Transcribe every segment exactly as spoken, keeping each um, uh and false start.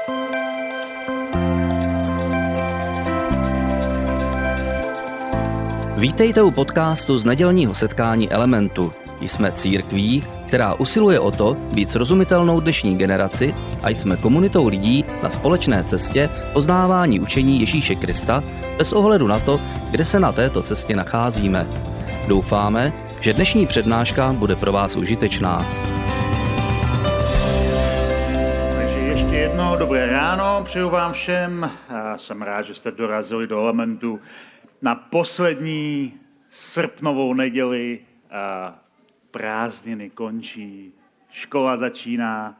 Vítejte u podcastu z nedělního setkání Elementu. Jsme církví, která usiluje o to být srozumitelnou dnešní generaci a jsme komunitou lidí na společné cestě poznávání učení Ježíše Krista bez ohledu na to, kde se na této cestě nacházíme. Doufáme, že dnešní přednáška bude pro vás užitečná. Takže ještě jednou dobré ráno, přeju vám všem. A jsem rád, že jste dorazili do Elementu na poslední srpnovou neděli. A prázdniny končí, škola začíná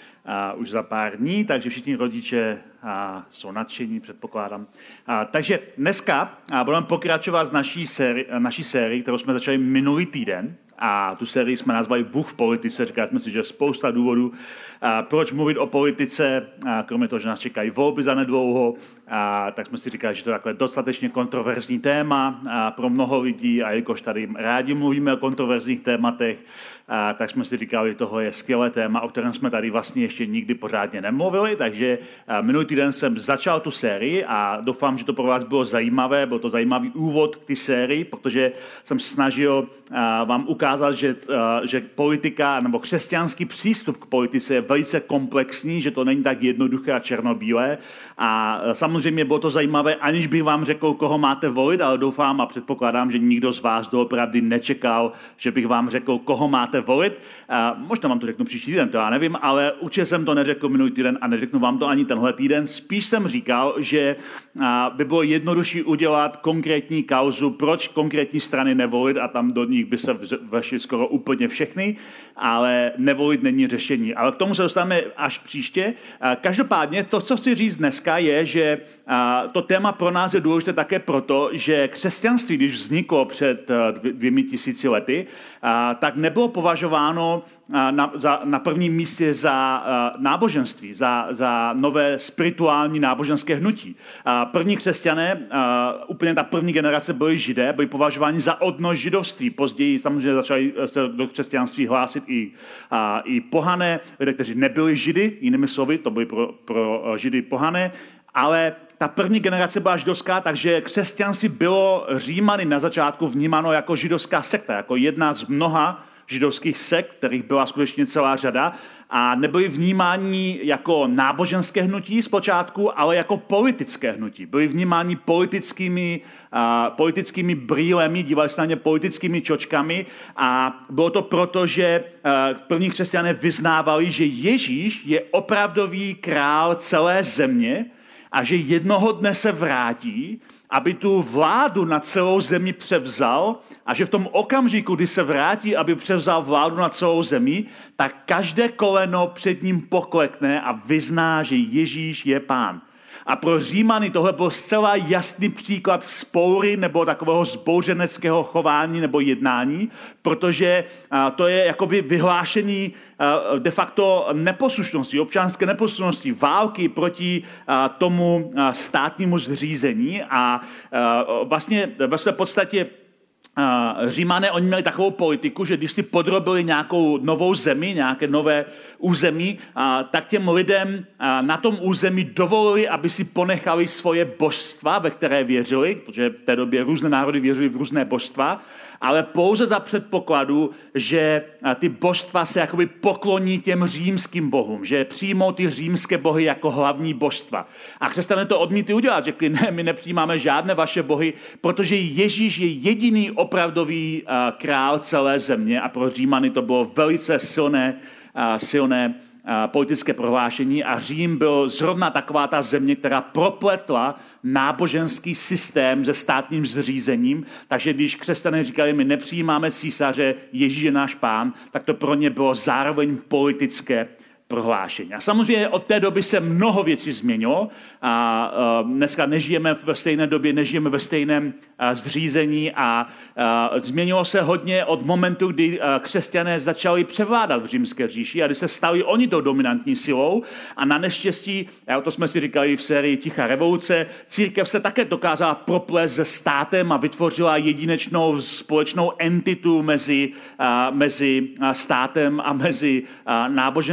a už za pár dní, takže všichni rodiče a, jsou nadšení, předpokládám. A, takže dneska a, budeme pokračovat s naší, séri, naší sérii, kterou jsme začali minulý týden. A tu sérii jsme nazvali Bůh v politice. Říkali jsme si, že spousta důvodů, a, proč mluvit o politice, a, kromě toho, že nás čekají volby za nedlouho, a, tak jsme si říkali, že to je takové dostatečně kontroverzní téma a, pro mnoho lidí, a jakož tady rádi mluvíme o kontroverzních tématech, a, tak jsme si říkali, že tohle je skvělé téma, o kterém jsme tady vlastně ještě nikdy pořádně nemluvili, takže a, minulý týden jsem začal tu sérii a doufám, že to pro vás bylo zajímavé, byl to zajímavý úvod k té sérii, protože jsem snažil a, vám ukázat, že, a, že politika nebo křesťanský přístup k politice je velice komplexní, že to není tak jednoduché a černobílé. A samozřejmě bylo to zajímavé, aniž bych vám řekl, koho máte volit, ale doufám a předpokládám, že nikdo z vás doopravdy nečekal, že bych vám řekl, koho máte volit. A možná vám to řeknu příští týden, to já nevím, ale určitě jsem to neřekl minulý týden a neřeknu vám to ani tenhle týden. Spíš jsem říkal, že by bylo jednodušší udělat konkrétní kauzu, proč konkrétní strany nevolit, a tam do nich by se vešly skoro úplně všechny, ale nevolit není řešení. Ale k tomu se dostaneme až příště. Každopádně to, co chci říct dneska, je, že to téma pro nás je důležité také proto, že křesťanství, když vzniklo před dvěmi tisíci lety, tak nebylo považováno na, za, na prvním místě za náboženství, za, za nové spirituální náboženské hnutí. První křesťané, úplně ta první generace byli židé, byli považováni za odnož židovství. Později samozřejmě začali se do křesťanství hlásit i, i pohané, lidé, kteří nebyli židy, jinými slovy, to byli pro, pro židy pohané, ale ta první generace byla židovská, takže křesťanství bylo Římany na začátku vnímáno jako židovská sekta, jako jedna z mnoha židovských sekt, kterých byla skutečně celá řada, a nebyli vnímáni jako náboženské hnutí zpočátku, ale jako politické hnutí. Byli vnímáni politickými, uh, politickými brýlemi, dívali se na ně politickými čočkami, a bylo to proto, že uh, první křesťané vyznávali, že Ježíš je opravdový král celé země a že jednoho dne se vrátí, aby tu vládu nad celou zemi převzal, a že v tom okamžiku, kdy se vrátí, aby převzal vládu nad celou zemi, tak každé koleno před ním poklekne a vyzná, že Ježíš je pán. A pro Římany tohle byl zcela jasný příklad vzpoury nebo takového zbouřeneckého chování nebo jednání, protože to je jakoby vyhlášení de facto neposlušnosti, občanské neposlušnosti, války proti tomu státnímu zřízení, a vlastně ve své podstatě Římané, oni měli takovou politiku, že když si podrobili nějakou novou zemi, nějaké nové území, tak těm lidem na tom území dovolili, aby si ponechali svoje božstva, ve které věřili, protože v té době různé národy věřili v různé božstva, ale pouze za předpokladu, že ty božstva se jakoby pokloní těm římským bohům, že přijmou ty římské bohy jako hlavní božstva. A křesťané to odmítli udělat, řekli, ne, my nepřijímáme žádné vaše bohy, protože Ježíš je jediný opravdový král celé země, a pro Římany to bylo velice silné, silné politické prohlášení, a Řím byl zrovna taková ta země, která propletla náboženský systém se státním zřízením, takže když křesťané říkali, my nepřijímáme císaře, Ježíš je náš pán, tak to pro ně bylo zároveň politické prohlášení. A samozřejmě od té doby se mnoho věcí změnilo a dneska nežijeme ve stejné době, nežijeme ve stejném zřízení a změnilo se hodně od momentu, kdy křesťané začali převládat v římské říši a kdy se stali oni tou dominantní silou, a na neštěstí, a to jsme si říkali v sérii Tichá revoluce, církev se také dokázala proplést se státem a vytvořila jedinečnou společnou entitu mezi, mezi státem a mezi náboženstvím.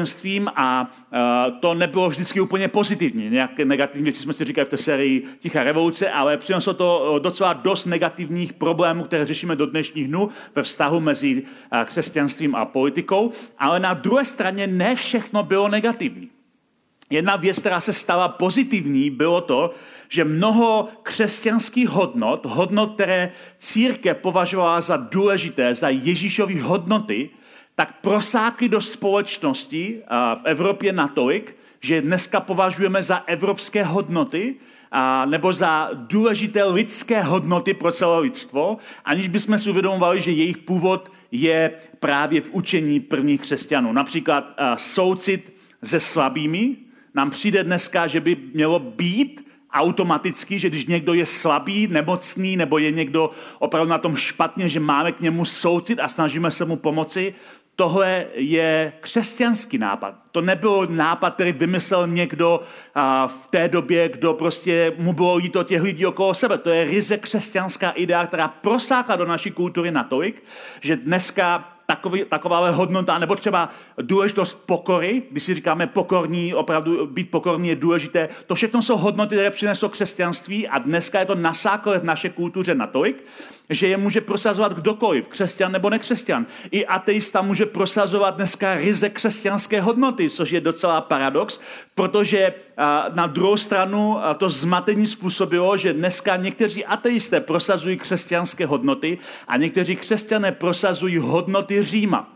křesťanstvím a to nebylo vždycky úplně pozitivní. Nějaké negativní věci jsme si říkali v té sérii Tichá revoluce, ale přineslo to docela dost negativních problémů, které řešíme do dnešních dnů ve vztahu mezi křesťanstvím a politikou, ale na druhé straně ne všechno bylo negativní. Jedna věc, která se stala pozitivní, bylo to, že mnoho křesťanských hodnot, hodnot, které církev považovala za důležité, za Ježíšovy hodnoty, tak prosákly do společnosti v Evropě natolik, že dneska považujeme za evropské hodnoty a, nebo za důležité lidské hodnoty pro celé lidstvo, aniž bychom si uvědomovali, že jejich původ je právě v učení prvních křesťanů. Například a, soucit se slabými. Nám přijde dneska, že by mělo být automaticky, že když někdo je slabý, nemocný, nebo je někdo opravdu na tom špatně, že máme k němu soucit a snažíme se mu pomoci. Tohle je křesťanský nápad. To nebyl nápad, který vymyslel někdo v té době, kdo prostě mu bylo líto těch lidí okolo sebe. To je ryze křesťanská idea, která prosákla do naší kultury natolik, že dneska Takový, taková hodnota, nebo třeba důležitost pokory, když si říkáme pokorní, opravdu být pokorní je důležité, to všechno jsou hodnoty, které přineslo křesťanství a dneska je to nasáklé v naší kultuře natolik, že je může prosazovat kdokoliv, křesťan nebo nekřesťan. I ateista může prosazovat dneska ryze křesťanské hodnoty, což je docela paradox, protože na druhou stranu to zmatení způsobilo, že dneska někteří ateisté prosazují křesťanské hodnoty a někteří křesťané prosazují hodnoty Říma.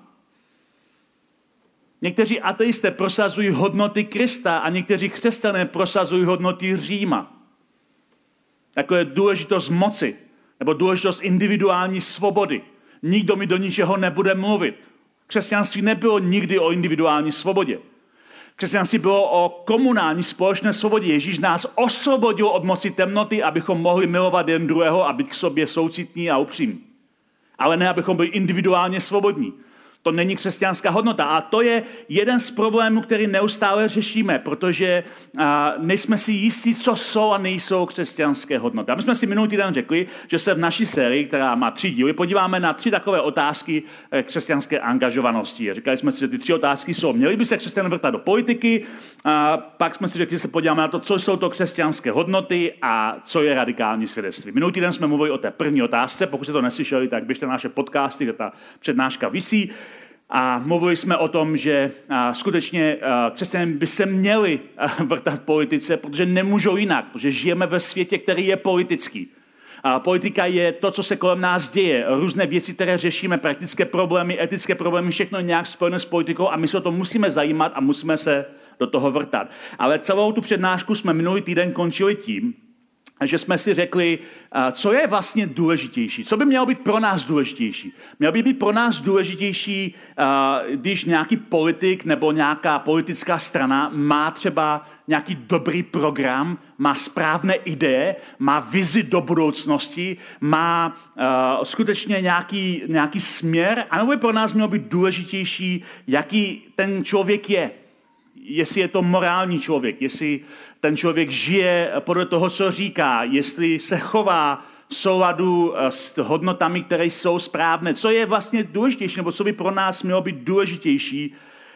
Někteří ateisté prosazují hodnoty Krista a někteří křesťané prosazují hodnoty Říma. Takové důležitost moci nebo důležitost individuální svobody. Nikdo mi do ničeho nebude mluvit. Křesťanství nebylo nikdy o individuální svobodě. Křesťanství bylo o komunální společné svobodě. Ježíš nás osvobodil od moci temnoty, abychom mohli milovat jeden druhého a být k sobě soucitní a upřímní. Ale ne, abychom byli individuálně svobodní. To není křesťanská hodnota. A to je jeden z problémů, který neustále řešíme, protože a, nejsme si jistí, co jsou a nejsou křesťanské hodnoty. A my jsme si minulý týden řekli, že se v naší sérii, která má tři díly, podíváme na tři takové otázky křesťanské angažovanosti. Říkali jsme si, že ty tři otázky jsou, měli by se křesťané vrtat do politiky, a pak jsme si řekli, že se podíváme na to, co jsou to křesťanské hodnoty a co je radikální svědectví. Minulý týden jsme mluvili o té první otázce, pokud jste to neslyšeli, tak běžte na naše podcasty, kde ta přednáška visí. A mluvili jsme o tom, že a, skutečně a, křesťané by se měli a, vrtat v politice, protože nemůžou jinak, protože žijeme ve světě, který je politický. A politika je to, co se kolem nás děje. Různé věci, které řešíme, praktické problémy, etické problémy, všechno nějak spojené s politikou a my se o to musíme zajímat a musíme se do toho vrtat. Ale celou tu přednášku jsme minulý týden končili tím, že jsme si řekli, co je vlastně důležitější. Co by mělo být pro nás důležitější? Mělo by být pro nás důležitější, když nějaký politik nebo nějaká politická strana má třeba nějaký dobrý program, má správné ideje, má vizi do budoucnosti, má uh, skutečně nějaký, nějaký směr, anebo by pro nás mělo být důležitější, jaký ten člověk je. Jestli je to morální člověk, jestli ten člověk žije podle toho, co říká, jestli se chová v souladu s hodnotami, které jsou správné. Co je vlastně důležitější, nebo co by pro nás mělo být důležitější,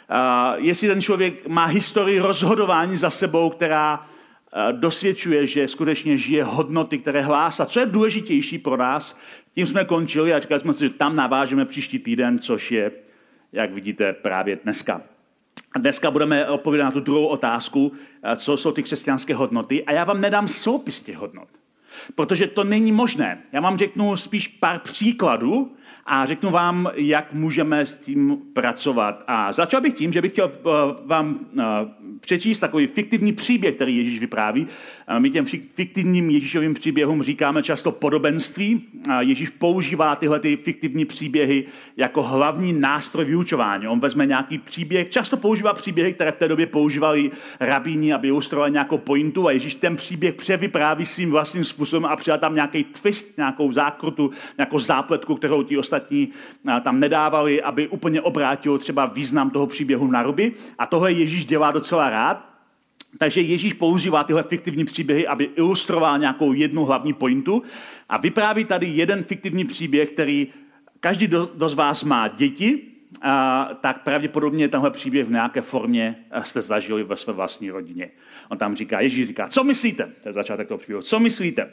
uh, jestli ten člověk má historii rozhodování za sebou, která uh, dosvědčuje, že skutečně žije hodnoty, které hlásá. Co je důležitější pro nás? Tím jsme končili a říkali jsme si, že tam navážeme příští týden, což je, jak vidíte, právě dneska. A dneska budeme odpovědět na tu druhou otázku, co jsou ty křesťanské hodnoty. A já vám nedám soupis těch hodnot, protože to není možné. Já vám řeknu spíš pár příkladů a řeknu vám, jak můžeme s tím pracovat. A začal bych tím, že bych chtěl vám přečíst takový fiktivní příběh, který Ježíš vypráví. My těm fiktivním Ježíšovým příběhům říkáme často podobenství. Ježíš používá tyhle ty fiktivní příběhy jako hlavní nástroj vyučování. On vezme nějaký příběh, často používá příběhy, které v té době používali rabíni, aby ilustrovali nějakou pointu, a Ježíš ten příběh převypráví svým vlastním způsobem a přidá tam nějaký twist, nějakou zákrutu, nějakou zápletku, kterou ti ostatní tam nedávali, aby úplně obrátil třeba význam toho příběhu na ruby. A tohle Ježíš dělá docela rád. Takže Ježíš používá tyhle fiktivní příběhy, aby ilustroval nějakou jednu hlavní pointu. A vypráví tady jeden fiktivní příběh, který každý, kdo z vás má děti, tak pravděpodobně tenhle příběh v nějaké formě jste zažili ve své vlastní rodině. On tam říká, Ježíš říká, co myslíte? To je začátek toho příběhu. Co myslíte?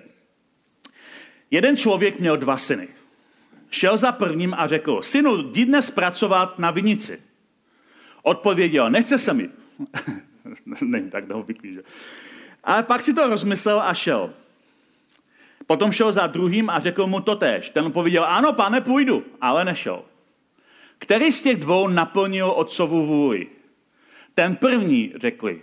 Jeden člověk měl dva syny. Šel za prvním a řekl, synu, jdi dnes pracovat na vinici. Odpověděl, nechce se mi. Není tak neobvyklý, že? Ale pak si to rozmyslel a šel. Potom šel za druhým a řekl mu totéž. Ten odpověděl, ano, pane, půjdu, ale nešel. Který z těch dvou naplnil otcovu vůli? Ten první, řekli.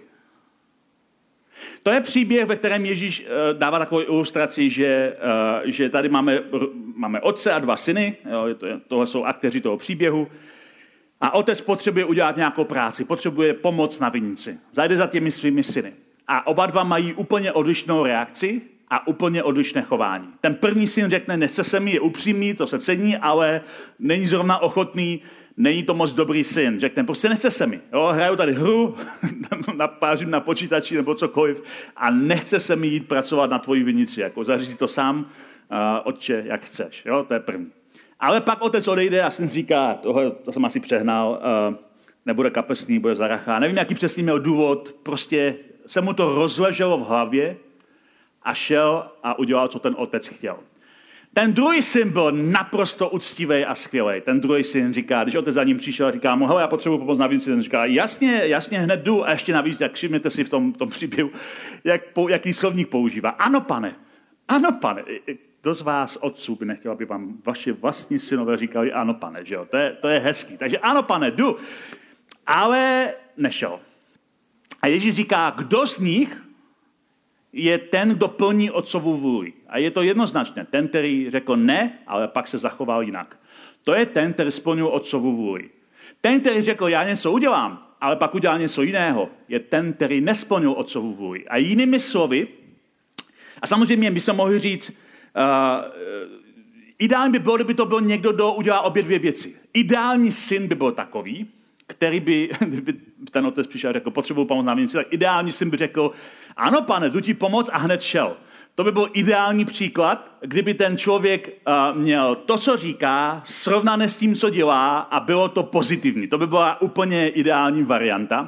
To je příběh, ve kterém Ježíš dává takovou ilustraci, že, že tady máme, máme otce a dva syny, jo, tohle jsou aktéři toho příběhu, a otec potřebuje udělat nějakou práci, potřebuje pomoc na vinici. Zajde za těmi svými syny. A oba dva mají úplně odlišnou reakci a úplně odlišné chování. Ten první syn řekne, nechce se mi, je upřímný, to se cení, ale není zrovna ochotný, není to moc dobrý syn. Řekne, prostě nechce se mi. Jo, hraju tady hru, napářím na počítači nebo cokoliv a nechce se mi jít pracovat na tvoji vinici. Jako zařízí to sám, uh, otče, jak chceš. Jo, to je první. Ale pak otec odejde a syn říká, tohle, to jsem asi přehnal, uh, nebude kapesný, bude zarachá. Nevím, jaký přesně měl důvod, prostě se mu to rozleželo v hlavě a šel a udělal, co ten otec chtěl. Ten druhý syn byl naprosto uctivý a skvělý. Ten druhý syn říká, když otec za ním přišel, říká mu, hele, já potřebuji pomoct na vinici. Ten říká, jasně, jasně, hned jdu. A ještě navíc, jak všimněte si v tom, tom příběhu, jak, jaký slovník používá. Ano, pane, ano, pane. Kdo z vás otců by nechtěl, aby vám vaši vlastní synové říkali, ano, pane, že jo? To je, to je hezký. Takže ano, pane, jdu. Ale nešel. A Ježíš říká, kdo z nich je ten, kdo plní otcovu vůli. A je to jednoznačné. Ten, který řekl ne, ale pak se zachoval jinak. To je ten, který splnil otcovu vůli. Ten, který řekl, já něco udělám, ale pak udělal něco jiného, je ten, který nesplnil otcovu vůli. A jinými slovy, a samozřejmě my jsme mohli říct, uh, ideální by bylo, kdyby to byl někdo, kdo udělá obě dvě věci. Ideální syn by byl takový, který by, kdyby ten otec přišel a řekl, potřebuji pomoct na vinici, tak ideální syn by řekl, ano, pane, jdu ti pomoct a hned šel. To by byl ideální příklad, kdyby ten člověk uh, měl to, co říká, srovnané s tím, co dělá a bylo to pozitivní. To by byla úplně ideální varianta.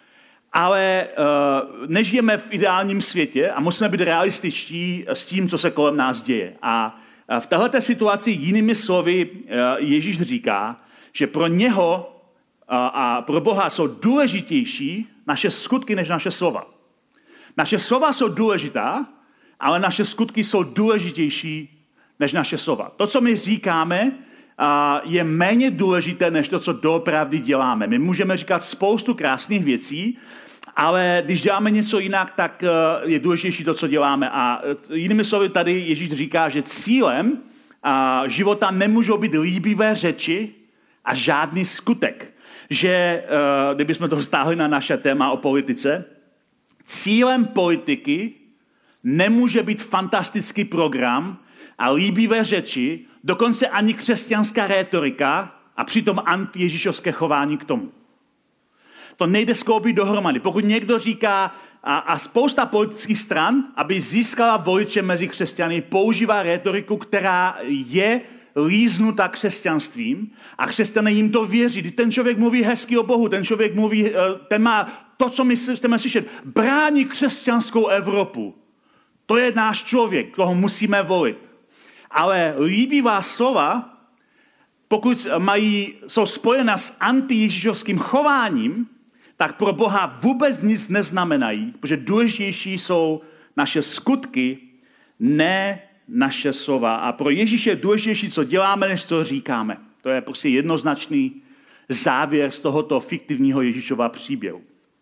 Ale uh, nežijeme v ideálním světě a musíme být realističtí s tím, co se kolem nás děje. A uh, v této situaci jinými slovy uh, Ježíš říká, že pro něho a pro Boha jsou důležitější naše skutky než naše slova. Naše slova jsou důležitá, ale naše skutky jsou důležitější než naše slova. To, co my říkáme, je méně důležité než to, co doopravdy děláme. My můžeme říkat spoustu krásných věcí, ale když děláme něco jinak, tak je důležitější to, co děláme. A jinými slovy tady Ježíš říká, že cílem života nemůžou být líbivé řeči a žádný skutek. Že, kdybychom to stáhli na naše téma o politice, cílem politiky nemůže být fantastický program a líbivé řeči, dokonce ani křesťanská rétorika a přitom antiježíšovské chování k tomu. To nejde skloubit dohromady. Pokud někdo říká, a, a spousta politických stran, aby získala voliče mezi křesťany, používá rétoriku, která je líznutá křesťanstvím a křesťané jim to věří. Ten člověk mluví hezky o Bohu, ten člověk mluví, ten má to, co my chceme slyšet, brání křesťanskou Evropu. To je náš člověk, toho musíme volit. Ale líbivá slova, pokud mají, jsou spojena s antiježíšovským chováním, tak pro Boha vůbec nic neznamenají, protože důležitější jsou naše skutky, ne naše slova. A pro Ježíše je důležitější, co děláme, než co říkáme. To je prostě jednoznačný závěr z tohoto fiktivního Ježíšova příběhu.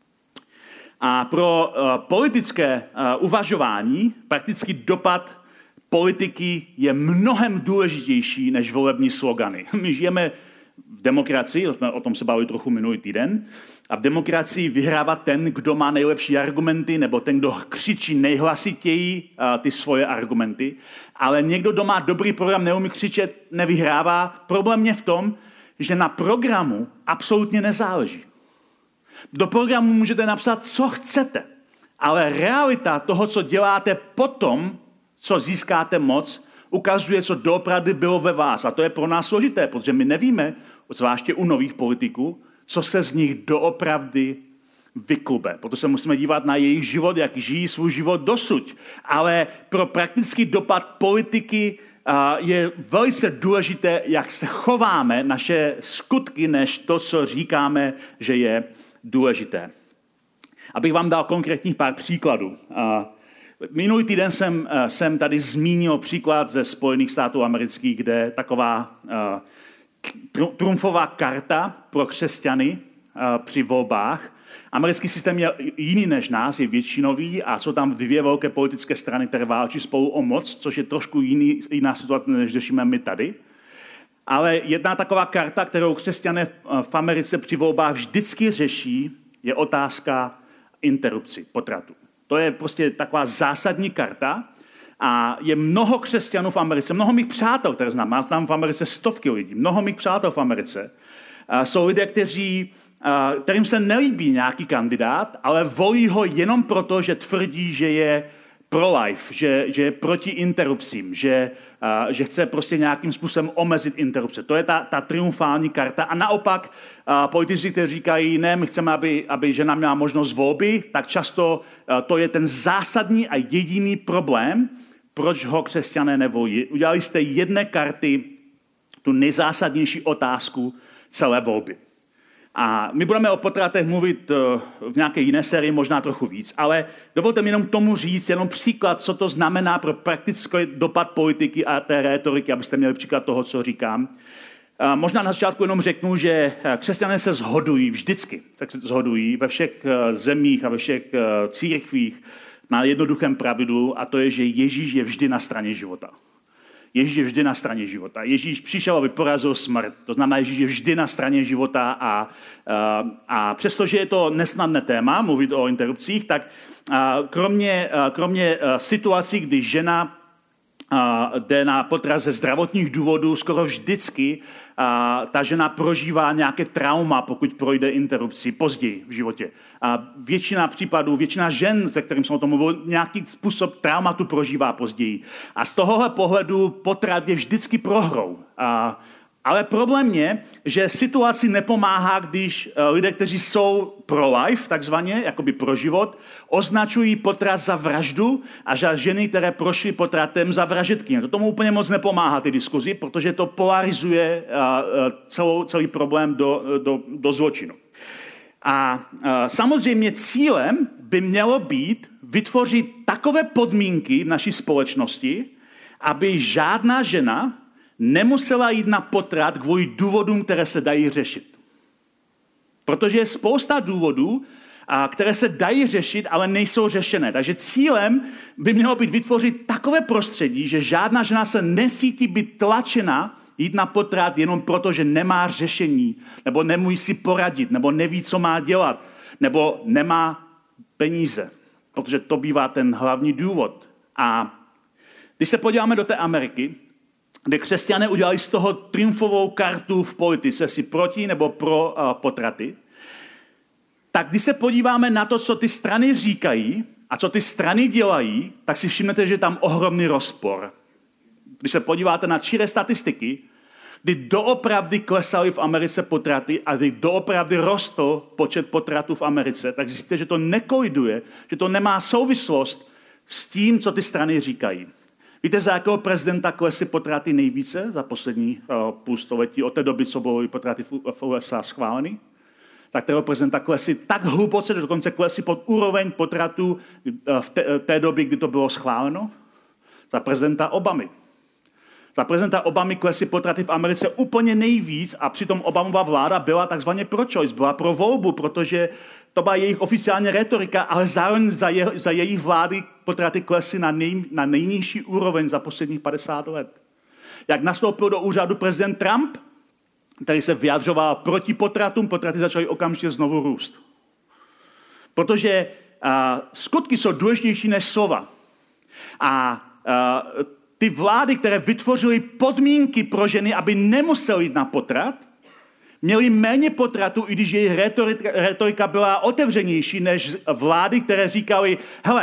A pro uh, politické uh, uvažování praktický dopad politiky je mnohem důležitější než volební slogany. My žijeme v demokracii, jsme o tom se bavili trochu minulý týden, a v demokracii vyhrává ten, kdo má nejlepší argumenty, nebo ten, kdo křičí nejhlasitěji uh, ty svoje argumenty. Ale někdo, kdo má dobrý program, neumí křičet, nevyhrává. Problém je v tom, že na programu absolutně nezáleží. Do programu můžete napsat, co chcete, ale realita toho, co děláte potom, co získáte moc, ukazuje, co doopravdy bylo ve vás. A to je pro nás složité, protože my nevíme zvláště u nových politiků, co se z nich doopravdy vyklube. Proto se musíme dívat na jejich život, jak žijí svůj život dosud. Ale pro praktický dopad politiky je velice důležité, jak se chováme, naše skutky, než to, co říkáme, že je důležité. Abych vám dal konkrétních pár příkladů. Minulý týden jsem, jsem tady zmínil příklad ze Spojených států amerických, kde taková trumfová karta pro křesťany při volbách. Americký systém je jiný než nás, je většinový a jsou tam dvě velké politické strany, které válčí spolu o moc, což je trošku jiný, jiná situace, než řešíme my tady. Ale jedna taková karta, kterou křesťané v Americe při volbách vždycky řeší, je otázka interrupci, potratu. To je prostě taková zásadní karta a je mnoho křesťanů v Americe, mnoho mých přátel, které znám, mám znám v Americe stovky lidí, mnoho mých přátel v Americe, a jsou lidé, kteří kterým se nelíbí nějaký kandidát, ale volí ho jenom proto, že tvrdí, že je pro-life, že, že je proti interrupcím, že, uh, že chce prostě nějakým způsobem omezit interrupce. To je ta, ta triumfální karta. A naopak uh, politici, kteří říkají, ne, my chceme, aby, aby žena měla možnost volby, tak často uh, to je ten zásadní a jediný problém, proč ho křesťané nevolí. Udělali jste jedné karty tu nejzásadnější otázku celé volby. A my budeme o potratech mluvit v nějaké jiné sérii, možná trochu víc, ale dovolte mi jenom tomu říct jenom příklad, co to znamená pro praktický dopad politiky a té rétoriky, abyste měli příklad toho, co říkám. A možná na začátku jenom řeknu, že křesťané se shodují vždycky, tak se shodují ve všech zemích a ve všech církvích na jednoduchém pravidlu, a to je, že Ježíš je vždy na straně života. Ježíš je vždy na straně života. Ježíš přišel, aby porazil smrt. To znamená, Ježíš je vždy na straně života a, a, a přestože je to nesnadné téma, mluvit o interrupcích, tak a, kromě, a, kromě a, situací, kdy žena a, jde na potrat ze zdravotních důvodů, skoro vždycky a, ta žena prožívá nějaké trauma, pokud projde interrupci později v životě. A většina případů, většina žen, se kterým jsem o tom mluvil, nějaký způsob traumatu prožívá později. A z tohohle pohledu potrat je vždycky prohrou. A, ale problém je, že situaci nepomáhá, když lidé, kteří jsou pro-life, takzvaně, jakoby pro život, označují potrat za vraždu a že ženy, které prošly potratem, za vražedkyně. To tomu úplně moc nepomáhá ty diskuzi, protože to polarizuje celou, celý problém do, do, do zločinu. A samozřejmě cílem by mělo být vytvořit takové podmínky v naší společnosti, aby žádná žena nemusela jít na potrat kvůli důvodům, které se dají řešit. Protože je spousta důvodů, které se dají řešit, ale nejsou řešené. Takže cílem by mělo být vytvořit takové prostředí, že žádná žena se necítí být tlačena jít na potrat jenom proto, že nemá řešení, nebo nemůže si poradit, nebo neví, co má dělat, nebo nemá peníze, protože to bývá ten hlavní důvod. A když se podíváme do té Ameriky, kde křesťané udělali z toho triumfovou kartu v politice, si proti nebo pro uh, potraty, tak když se podíváme na to, co ty strany říkají a co ty strany dělají, tak si všimnete, že je tam ohromný rozpor. Když se podíváte na čiré statistiky, kdy doopravdy klesaly v Americe potraty a kdy doopravdy rostl počet potratů v Americe, tak zjistíte, že to nekoliduje, že to nemá souvislost s tím, co ty strany říkají. Víte, za jakého prezidenta klesly potraty nejvíce za poslední uh, půl století, od té doby, co byly potraty v U S A schváleny? Tak toho prezidenta klesly tak hluboce, že dokonce klesly pod úroveň potratů uh, v té, té době, kdy to bylo schváleno? Za prezidenta Obamy. Za prezidenta Obamy klesly potraty v Americe úplně nejvíc a přitom Obamova vláda byla takzvaně pro-choice, byla pro volbu, protože to byla jejich oficiální retorika, ale zároveň za, je, za jejich vlády potraty klesly na, nej, na nejnižší úroveň za posledních padesát let. Jak nastoupil do úřadu prezident Trump, který se vyjadřoval proti potratům, potraty začaly okamžitě znovu růst. Protože uh, skutky jsou důležitější než slova. A uh, ty vlády, které vytvořily podmínky pro ženy, aby nemusely jít na potrat, měli méně potratů, i když jejich retorika, retorika byla otevřenější než vlády, které říkali, hele,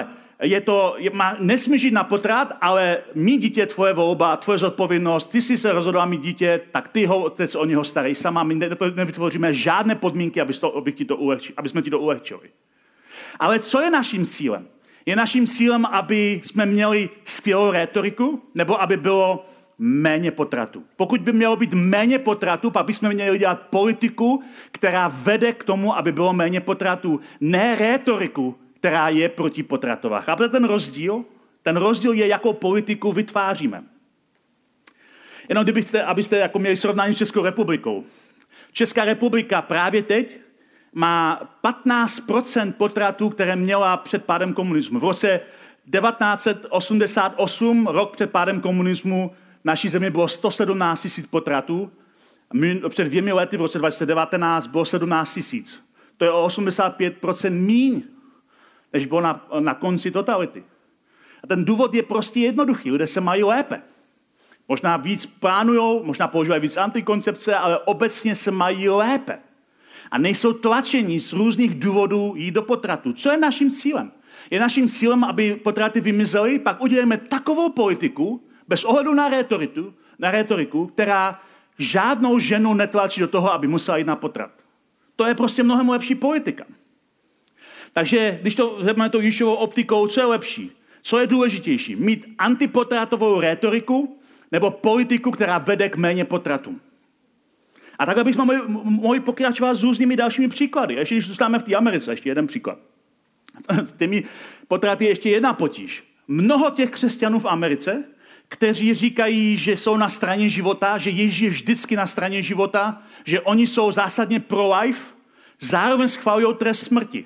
je to, je, má, nesmí žít na potrat, ale mít dítě tvoje volba, tvoje zodpovědnost, ty jsi se rozhodla mít dítě, tak ty ho, teď se o něho starej sama, my nevytvoříme žádné podmínky, aby, to, aby, ti to ulehči, aby jsme ti to ulehčili. Ale co je naším cílem? Je naším cílem, aby jsme měli skvělou rétoriku, nebo aby bylo méně potratů. Pokud by mělo být méně potratů, pak bychom měli dělat politiku, která vede k tomu, aby bylo méně potratů. Ne rétoriku, která je protipotratová. Chápete ten rozdíl? Ten rozdíl je, jakou politiku vytváříme. Jenom kdybyste, abyste jako měli srovnání s Českou republikou. Česká republika právě teď má patnáct procent potratů, které měla před pádem komunismu. V roce devatenáct set osmdesát osm, rok před pádem komunismu, v naší zemi bylo sto sedmnáct tisíc potratů. Před dvěmi lety, v roce dva tisíce devatenáct, bylo sedmnáct tisíc. To je o osmdesát pět procent míň, než bylo na, na konci totality. A ten důvod je prostě jednoduchý. Lidé se mají lépe. Možná víc plánujou, možná používají víc antikoncepce, ale obecně se mají lépe. A nejsou tlačení z různých důvodů jít do potratu. Co je naším cílem? Je naším cílem, aby potraty vymizely, pak uděláme takovou politiku, bez ohledu na rétoriku, na rétoriku, která žádnou ženu netlačí do toho, aby musela jít na potrat. To je prostě mnohem lepší politika. Takže když to vezmeme tou Ježíšovou optikou, co je lepší? Co je důležitější? Mít antipotratovou rétoriku nebo politiku, která vede k méně potratům? A takhle bychom mohli, mohli pokračovat s různými dalšími příklady. Ještě když zůstáváme v té Americe, ještě jeden příklad. Těmi potraty je ještě jedna potíž. Mnoho těch křesťanů v Americe, kteří říkají, že jsou na straně života, že Ježíš je vždycky na straně života, že oni jsou zásadně pro-life, zároveň schvalují trest smrti.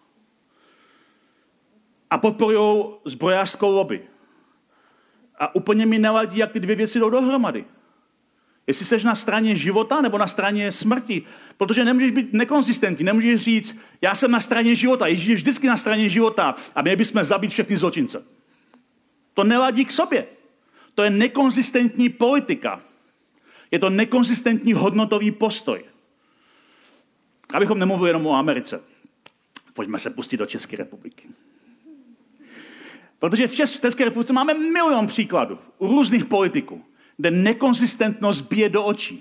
A podporují zbrojařskou lobby. A úplně mi neladí, jak ty dvě věci jdou dohromady. Jestli jsi na straně života nebo na straně smrti. Protože nemůžeš být nekonzistentní, nemůžeš říct, já jsem na straně života, Ježíš je vždycky na straně života a měli bychom zabít všechny zločince. To neladí k sobě. To je nekonzistentní politika. Je to nekonzistentní hodnotový postoj. Abychom nemluvili jenom o Americe. Pojďme se pustit do České republiky. Protože v České republice máme milion příkladů u různých politiků, kde nekonzistentnost bije do očí.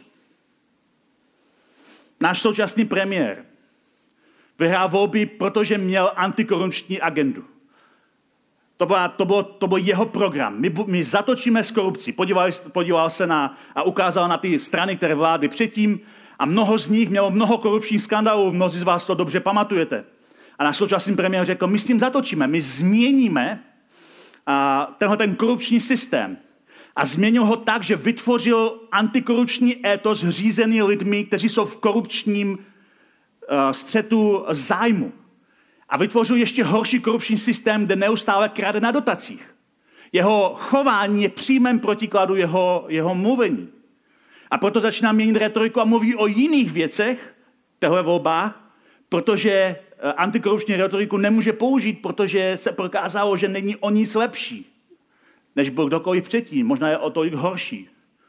Náš současný premiér vyhrál volby, protože měl antikorupční agendu. To, byla, to, bylo, to byl jeho program. My, my zatočíme s korupcí. Podíval, podíval se na a ukázal na ty strany, které vládly předtím a mnoho z nich mělo mnoho korupčních skandálů. Mnozí z vás to dobře pamatujete. A náš současný premiér řekl, my s tím zatočíme, my změníme a, tenhle ten korupční systém. A změnil ho tak, že vytvořil antikorupční étos řízený lidmi, kteří jsou v korupčním uh, střetu zájmu. A vytvořil ještě horší korupční systém, kde neustále krade na dotacích. Jeho chování je přímém protikladu jeho, jeho mluvení. A proto začíná měnit retoriku a mluví o jiných věcech téhle volbách, protože antikorupční retoriku nemůže použít, protože se prokázalo, že není o nic lepší, než byl kdokoliv předtím. Možná je o tolik horší.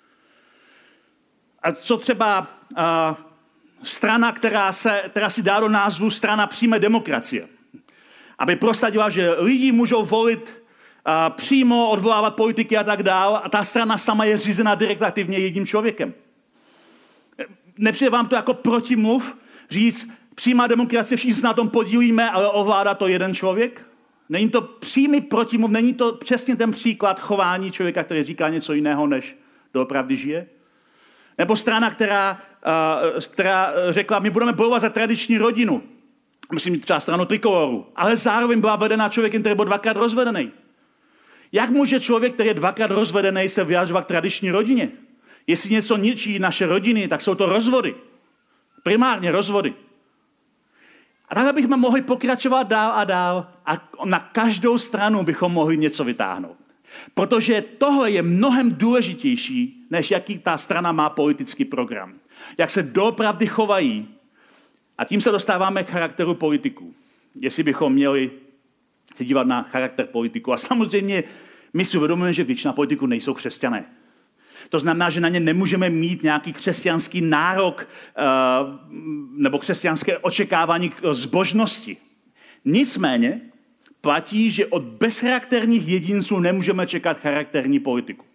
A co třeba uh, strana, která, se, která si dá do názvu strana přímé demokracie, aby prosadila, že lidi můžou volit uh, přímo, odvolávat politiky a tak dál, a ta strana sama je řízena direktativně jedním člověkem. Nepřijde vám to jako protimluv říct, přímá demokracie, všichni se na tom podílíme, ale ovládá to jeden člověk? Není to přímý protimluv, není to přesně ten příklad chování člověka, který říká něco jiného, než doopravdy žije? Nebo strana, která, uh, která řekla, my budeme bojovat za tradiční rodinu. Myslím třeba stranu Trikoloru. Ale zároveň byla vedena člověkem, který byl dvakrát rozvedený. Jak může člověk, který je dvakrát rozvedený, se vyjadřovat k tradiční rodině? Jestli něco ničí naše rodiny, tak jsou to rozvody. Primárně rozvody. A takhle bychom mohli pokračovat dál a dál a na každou stranu bychom mohli něco vytáhnout. Protože tohle je mnohem důležitější, než jaký ta strana má politický program. Jak se doopravdy chovají. A tím se dostáváme k charakteru politiků. Jestli bychom měli se dívat na charakter politiků. A samozřejmě my si uvědomujeme, že většina politiků nejsou křesťané. To znamená, že na ně nemůžeme mít nějaký křesťanský nárok nebo křesťanské očekávání zbožnosti. Nicméně platí, že od bezcharakterních jedinců nemůžeme čekat charakterní politiku.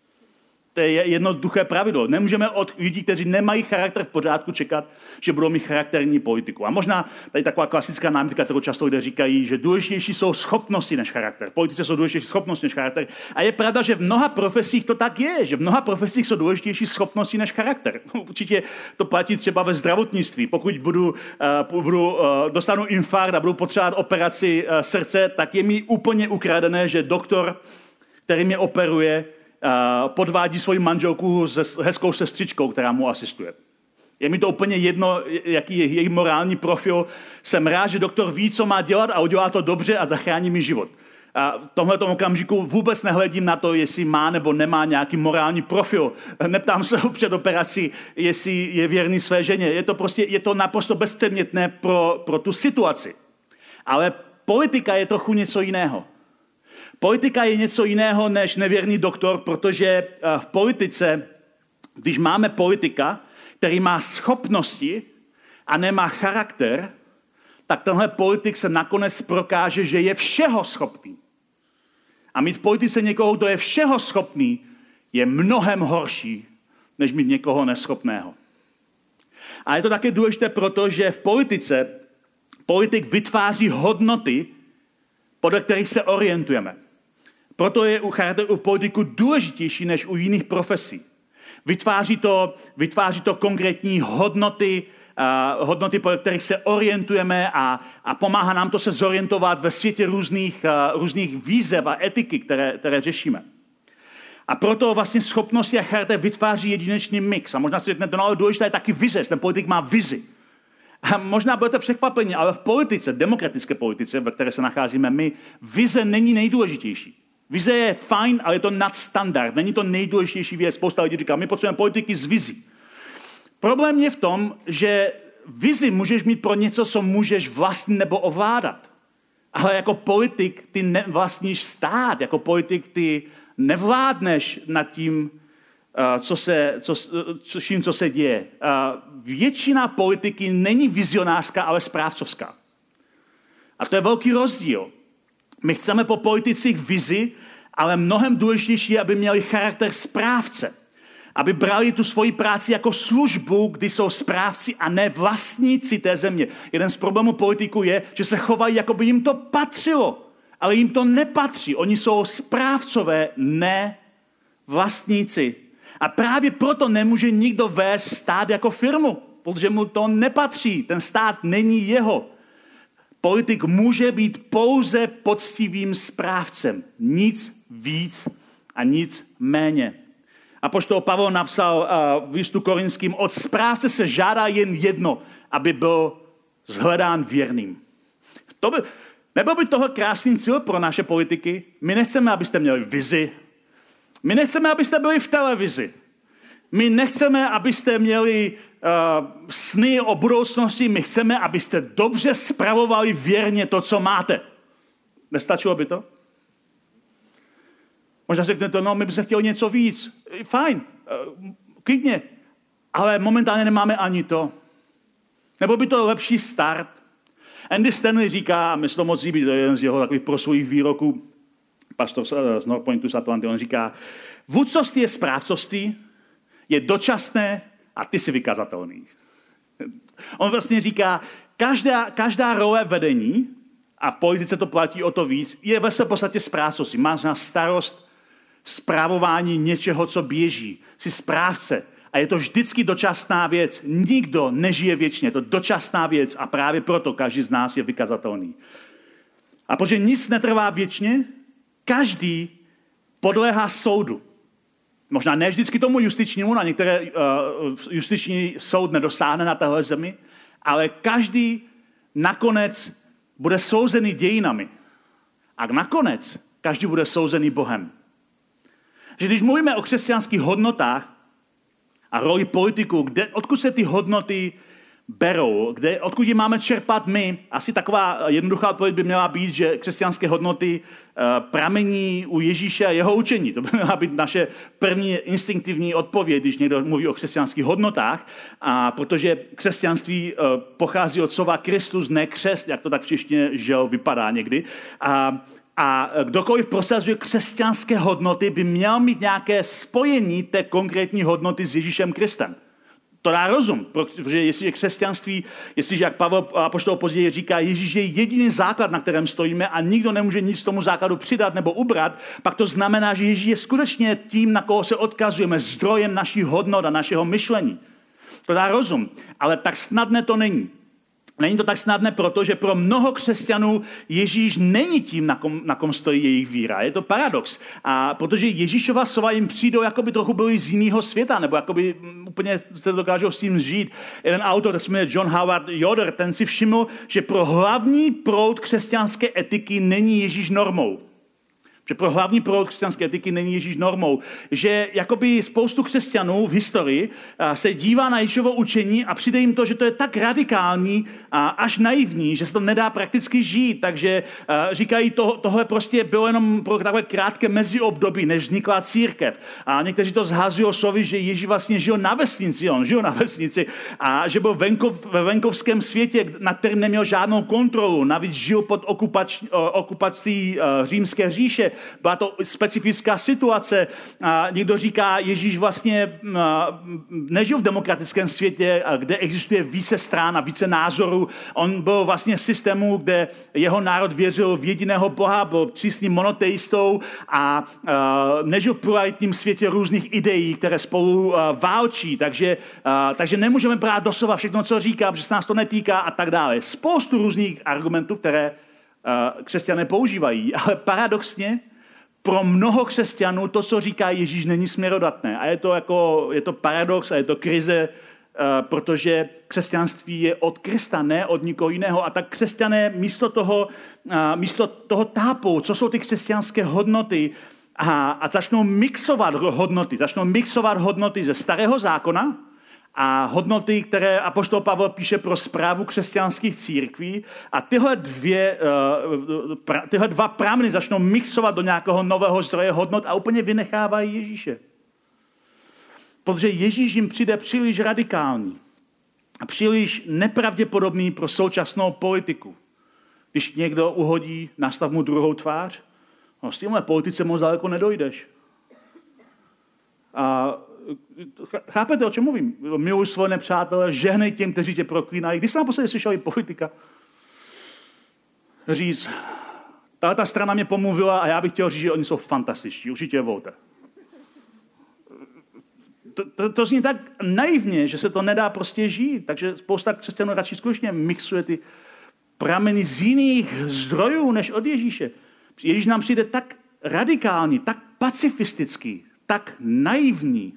To je jednoduché pravidlo. Nemůžeme od lidí, kteří nemají charakter v pořádku, čekat, že budou mít charakterní politiku. A možná tady taková klasická námitka, kterou často lidé říkají, že důležitější jsou schopnosti než charakter. V politice jsou důležitější schopnosti než charakter. A je pravda, že v mnoha profesích to tak je, že v mnoha profesích jsou důležitější schopnosti než charakter. Určitě to platí třeba ve zdravotnictví. Pokud budu, uh, budu uh, dostanu infarkt a budu potřebovat operaci uh, srdce, tak je mi úplně ukradené, že doktor, který mě operuje, podvádí svoji manželku s hezkou sestřičkou, která mu asistuje. Je mi to úplně jedno, jaký je její morální profil. Jsem rád, že doktor ví, co má dělat a udělá to dobře a zachrání mi život. A v tomhletom okamžiku vůbec nehledím na to, jestli má nebo nemá nějaký morální profil. Neptám se ho před operací, jestli je věrný své ženě. Je to prostě, je to naprosto bezpředmětné pro, pro tu situaci. Ale politika je trochu něco jiného. Politika je něco jiného než nevěrný doktor, protože v politice, když máme politika, který má schopnosti a nemá charakter, tak tenhle politik se nakonec prokáže, že je všeho schopný. A mít v politice někoho, kdo je všeho schopný, je mnohem horší, než mít někoho neschopného. A je to také důležité proto, že v politice politik vytváří hodnoty, podle kterých se orientujeme. Proto je u charakteru u politiku důležitější než u jiných profesí. Vytváří to, vytváří to konkrétní hodnoty, uh, hodnoty, podle kterých se orientujeme a, a pomáhá nám to se zorientovat ve světě různých, uh, různých výzev a etiky, které, které řešíme. A proto vlastně schopnosti a charakter vytváří jedinečný mix. A možná si řeknete, no ale důležitá je taky vize, ten politik má vizi. A možná budete překvapeni, ale v politice, demokratické politice, ve které se nacházíme my, vize není nejdůležitější. Vize je fajn, ale je to nadstandard. Není to nejdůležitější věc. Spousta lidí říká, my potřebujeme politiky s vizí. Problém je v tom, že vizi můžeš mít pro něco, co můžeš vlastnit nebo ovládat. Ale jako politik ty nevlastníš stát. Jako politik ty nevládneš nad tím, co se, co, co, čím, co se děje. Většina politiky není vizionářská, ale správcovská. A to je velký rozdíl. My chceme po politicích vizi, ale mnohem důležitější je, aby měli charakter správce. Aby brali tu svoji práci jako službu, kdy jsou správci a ne vlastníci té země. Jeden z problémů politiků je, že se chovají, jako by jim to patřilo. Ale jim to nepatří. Oni jsou správcové, ne vlastníci. A právě proto nemůže nikdo vést stát jako firmu, protože mu to nepatří. Ten stát není jeho. Politik může být pouze poctivým správcem. Nic víc a nic méně. Apoštol Pavel napsal uh, v listu Korinským, od správce se žádá jen jedno, aby byl shledán věrným. To by, nebyl by toho krásný cíl pro naše politiky? My nechceme, abyste měli vizi. My nechceme, abyste byli v televizi. My nechceme, abyste měli uh, sny o budoucnosti. My chceme, abyste dobře spravovali věrně to, co máte. Nestačilo by to? Možná řeknete, no, my bychom chtěli něco víc. Fajn, uh, klidně. Ale momentálně nemáme ani to. Nebo by to lepší start. Andy Stanley říká, a mi se to moc líbí, to je jeden z jeho takových proslulých výroků, pastor z North Pointu z Atlanty, on říká, vůdcovství je správcovství, je dočasné a ty jsi vykazatelný. On vlastně říká, každá, každá role vedení, a v politice to platí o to víc, je ve své podstatě správcovství. Máš na starost správování něčeho, co běží. Jsi správce. A je to vždycky dočasná věc. Nikdo nežije věčně. Je to dočasná věc a právě proto každý z nás je vykazatelný. A protože nic netrvá věčně, každý podléhá soudu. Možná ne vždycky tomu justičnímu, na některé uh, justiční soud nedosáhne na téhle zemi, ale každý nakonec bude souzený dějinami. A nakonec každý bude souzený Bohem. Že když mluvíme o křesťanských hodnotách a roli politiků, kde, odkud se ty hodnoty berou, kde, odkud je máme čerpat my. Asi taková jednoduchá odpověď by měla být, že křesťanské hodnoty uh, pramení u Ježíše a jeho učení. To by měla být naše první instinktivní odpověď, když někdo mluví o křesťanských hodnotách, a protože křesťanství uh, pochází od slova Kristus, ne křest, jak to tak v češtině žel vypadá někdy. A A kdokoliv prosazuje křesťanské hodnoty, by měl mít nějaké spojení té konkrétní hodnoty s Ježíšem Kristem. To dá rozum, protože jestliže křesťanství, jestliže, jak Pavel apoštol později říká, Ježíš je jediný základ, na kterém stojíme a nikdo nemůže nic tomu základu přidat nebo ubrat, pak to znamená, že Ježíš je skutečně tím, na koho se odkazujeme, zdrojem našich hodnot a našeho myšlení. To dá rozum, ale tak snadné to není. Není to tak snadné, protože pro mnoho křesťanů Ježíš není tím, na kom, na kom stojí jejich víra. Je to paradox. A protože Ježíšova slova jim přijdou, jako by trochu byli z jiného světa, nebo jako by úplně se dokážou s tím žít. Jeden autor, to se jmenuje John Howard Yoder, ten si všiml, že pro hlavní proud křesťanské etiky není Ježíš normou. Že pro hlavní proud křesťanské etiky není Ježíš normou. Že jakoby spoustu křesťanů v historii se dívá na Ježíšovo učení a přijde jim to, že to je tak radikální a až naivní, že se to nedá prakticky žít. Takže říkají, to, tohle prostě bylo jenom pro takové krátké meziobdobí, než vznikla církev. A někteří to zhazují slovy, že Ježíš vlastně žil na vesnici, on žil na vesnici a že byl venkov, ve venkovském světě, na kterém neměl žádnou kontrolu. Navíc žil pod okupač, okupací římské říše. Byla to specifická situace. A někdo říká, Ježíš vlastně nežil v demokratickém světě, kde existuje více stran a více názorů. On byl vlastně v systému, kde jeho národ věřil v jediného Boha, byl přísným monoteistou a nežil v pluralitním světě různých ideí, které spolu válčí. Takže, takže nemůžeme brát doslova všechno, co říká, protože se nás to netýká a tak dále. Spoustu různých argumentů, které křesťané používají, ale paradoxně pro mnoho křesťanů to, co říká Ježíš, není směrodatné. A je to, jako, je to paradox a je to krize, protože křesťanství je od Krista, ne od nikoho jiného. A tak křesťané místo toho, místo toho tápou, co jsou ty křesťanské hodnoty, a, a začnou mixovat hodnoty. Začnou mixovat hodnoty ze Starého zákona a hodnoty, které apoštol Pavel píše pro správu křesťanských církví. A tyhle, dvě, tyhle dva prameny začnou mixovat do nějakého nového zdroje hodnot a úplně vynechávají Ježíše. Protože Ježíš jim přijde příliš radikální a příliš nepravděpodobný pro současnou politiku. Když někdo uhodí, nastav mu druhou tvář, no, s tímhle politice moc daleko nedojdeš. A chápete, o čem mluvím? Miluj svoje nepřátelé, žehnej těm, kteří tě proklínají. Když jste naposledy slyšeli politika říct, tato strana mě pomluvila a já bych chtěl říct, že oni jsou fantastičtí, určitě volte. To, to, to zní tak naivně, že se to nedá prostě žít. Takže spousta křesťanů radši skutečně mixuje ty prameny z jiných zdrojů než od Ježíše. Ježíš nám přijde tak radikální, tak pacifistický, tak naivní.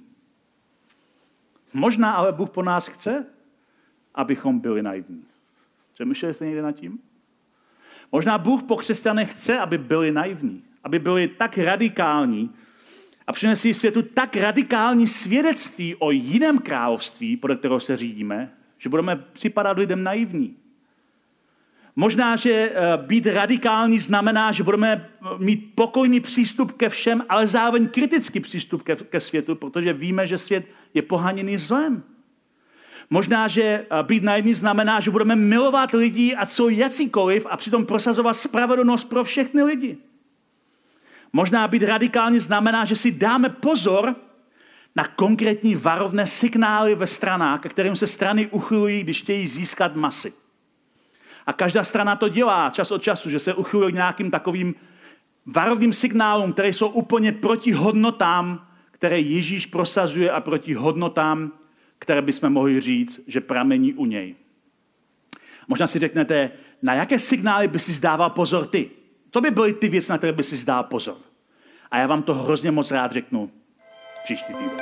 Možná ale Bůh po nás chce, abychom byli naivní. Přemýšleli jste někde nad tím? Možná Bůh po křesťanech chce, aby byli naivní, aby byli tak radikální a přinesli světu tak radikální svědectví o jiném království, podle kterého se řídíme, že budeme připadat lidem naivní. Možná, že být radikální znamená, že budeme mít pokojný přístup ke všem, ale zároveň kritický přístup ke, ke světu, protože víme, že svět je poháněný zlem. Možná, že být naivní znamená, že budeme milovat lidi a co jacíkoliv a přitom prosazovat spravedlnost pro všechny lidi. Možná být radikální znamená, že si dáme pozor na konkrétní varovné signály ve stranách, ke kterým se strany uchylují, když chtějí získat masy. A každá strana to dělá čas od času, že se uchyluje k nějakým takovým varovným signálům, které jsou úplně proti hodnotám, které Ježíš prosazuje a proti hodnotám, které bychom mohli říct, že pramení u něj. Možná si řeknete, na jaké signály by si zdával pozor ty? To by byly ty věci, na které by si zdál pozor. A já vám to hrozně moc rád řeknu příští týden.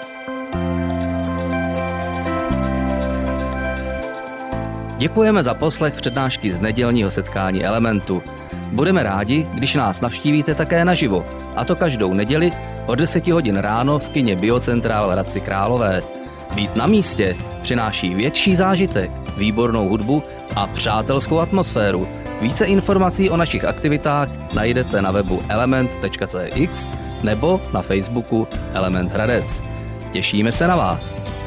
Děkujeme za poslech přednášky z nedělního setkání Elementu. Budeme rádi, když nás navštívíte také naživo, a to každou neděli od deseti hodin ráno v kině Biocentral v Hradci Králové. Být na místě přináší větší zážitek. výbornou hudbu a přátelskou atmosféru. Více informací o našich aktivitách najdete na webu element tečka cé x nebo na Facebooku Element Hradec. Těšíme se na vás.